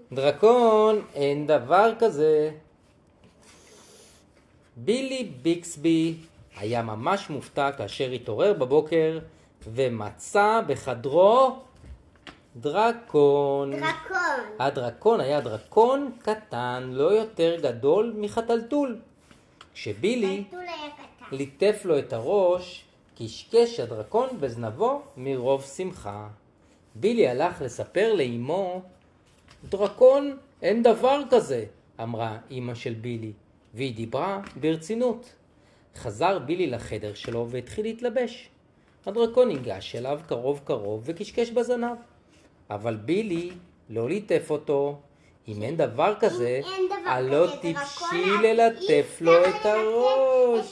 דרקון, אין דבר כזה. בילי ביקסבי היה ממש מופתע כאשר התעורר בבוקר ומצא בחדרו דרקון. הדרקון היה דרקון קטן, לא יותר גדול מחתלתול. כשבילי ליטף לו את הראש, קשקש הדרקון בזנבו מרוב שמחה. בילי הלך לספר לאמו. דרקון, אין דבר כזה, אמרה אמא של בילי, והיא דיברה ברצינות. חזר בילי לחדר שלו והתחיל להתלבש. הדרקון ניגש אליו קרוב וקשקש בזנב. אבל בילי לא ליטף אותו. אם אין דבר כזה, הלא טיפשי ללטף לו את הראש.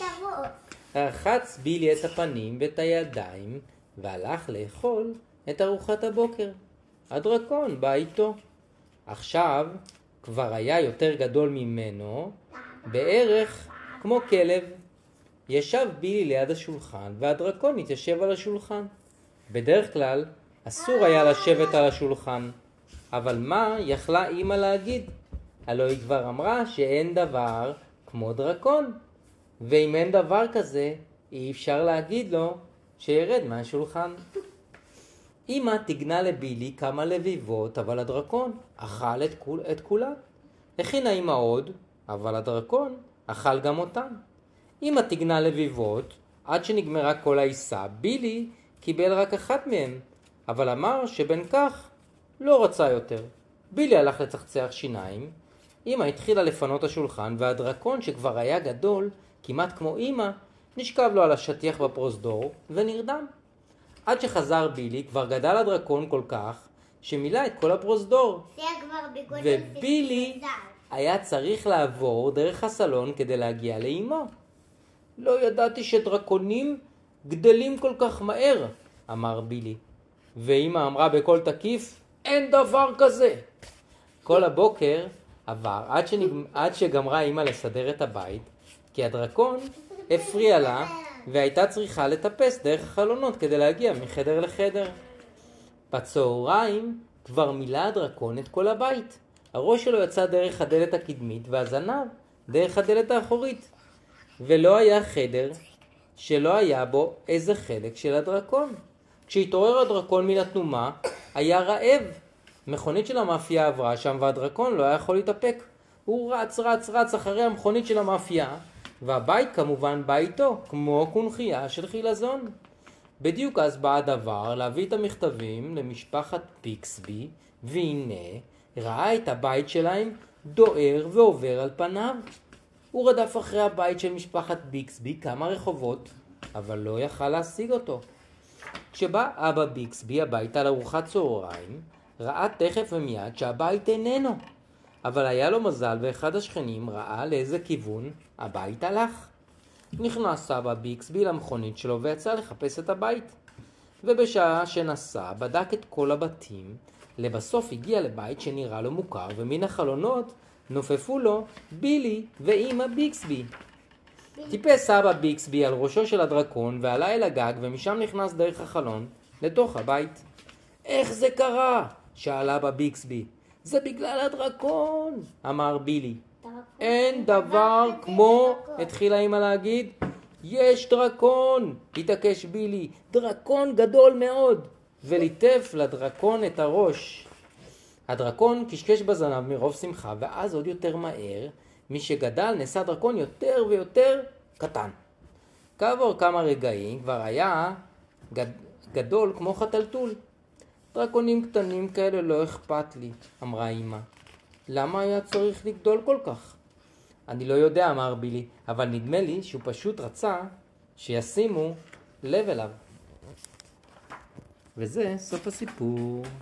רחץ בילי את הפנים ואת הידיים והלך לאכול את ארוחת הבוקר. הדרקון בא איתו. עכשיו כבר היה יותר גדול ממנו, בערך כמו כלב. ישב בילי ליד השולחן והדרקון התיישב על השולחן. בדרך כלל אסור היה לשבת על השולחן, אבל מה יכלה אמא להגיד? הלוא היא כבר אמרה שאין דבר כמו דרקון, ואם אין דבר כזה אי אפשר להגיד לו שירד מהשולחן. אמא תגנה לבילי כמה לביבות, אבל הדרקון אכל את כולן. הכינה אמא עוד, אבל הדרקון אכל גם אותן. אמא תגנה לביבות עד שנגמרה כל העיסה. בילי קיבל רק אחת מהן, אבל אמר שבין כך לא רצה יותר. בילי הלך לצחצח שיניים. אמא התחילה לפנות השולחן, והדרקון שכבר היה גדול כמעט כמו אמא נשכב לו על השטיח בפרוזדור ונרדם. עד שחזר בילי כבר גדל הדרקון כל כך שמילא את כל הפרוזדור. ובילי היה צריך לעבור דרך הסלון כדי להגיע לאמו. לא ידעתי שדרקונים גדלים כל כך מהר, אמר בילי. ואמא אמרה בקול תקיף, אין דבר כזה. כל הבוקר עבר עד שגמרה אמא לסדר את הבית, כי הדרקון הפריע לה והייתה צריכה לטפס דרך החלונות כדי להגיע מחדר לחדר. בצהריים כבר מילא הדרקון את כל הבית. הראש שלו יצא דרך הדלת הקדמית והזנב דרך הדלת האחורית. ולא היה חדר שלא היה בו איזה חלק של הדרקון. כשהתעורר הדרקון מן התנומה, היה רעב. מכונית של המאפייה עברה שם והדרקון לא היה יכול להתאפק. הוא רץ אחרי המכונית של המאפייה, והבית כמובן בא איתו, כמו קונחייה של חילזון. בדיוק אז בא הדבר להביא את המכתבים למשפחת ביקסבי, והנה ראה את הבית שלהם דוהר ועובר על פניו. הוא רדף אחרי הבית של משפחת ביקסבי כמה רחובות, אבל לא יכל להשיג אותו. כשבא אבא ביקסבי הביתה לארוחת צהריים, ראה תכף ומיד שהבית איננו. אבל היה לו מזל ואחד השכנים ראה לאיזה כיוון הבית הלך. נכנס אבא ביקסבי למכונית שלו ויצא לחפש את הבית. ובשעה שנסע בדק את כל הבתים, לבסוף הגיע לבית שנראה לו מוכר, ומן החלונות נופפו לו בילי ואמא ביקסבי. טיפס אבא ביקסבי על ראשו של הדרקון ועלה אל הגג, ומשם נכנס דרך החלון לתוך הבית. איך זה קרה? שאל אבא ביקסבי. זה בגלל הדרקון, אמר בילי. אין דבר כמו, התחילה אמא להגיד. יש דרקון, התעקש בילי, דרקון גדול מאוד, וליטף לדרקון את הראש. הדרקון קשקש בזנב מרוב שמחה, ואז עוד יותר מהר, מי שגדל נעשה דרקון יותר ויותר קטן. כעבור כמה רגעים כבר היה גדול כמו חתלתול. דרקונים קטנים כאלה לא אכפת לי, אמרה אמא. למה היה צריך לגדול כל כך? אני לא יודע, אמר בילי, אבל נדמה לי שהוא פשוט רצה שישימו לב אליו. וזה סוף הסיפור.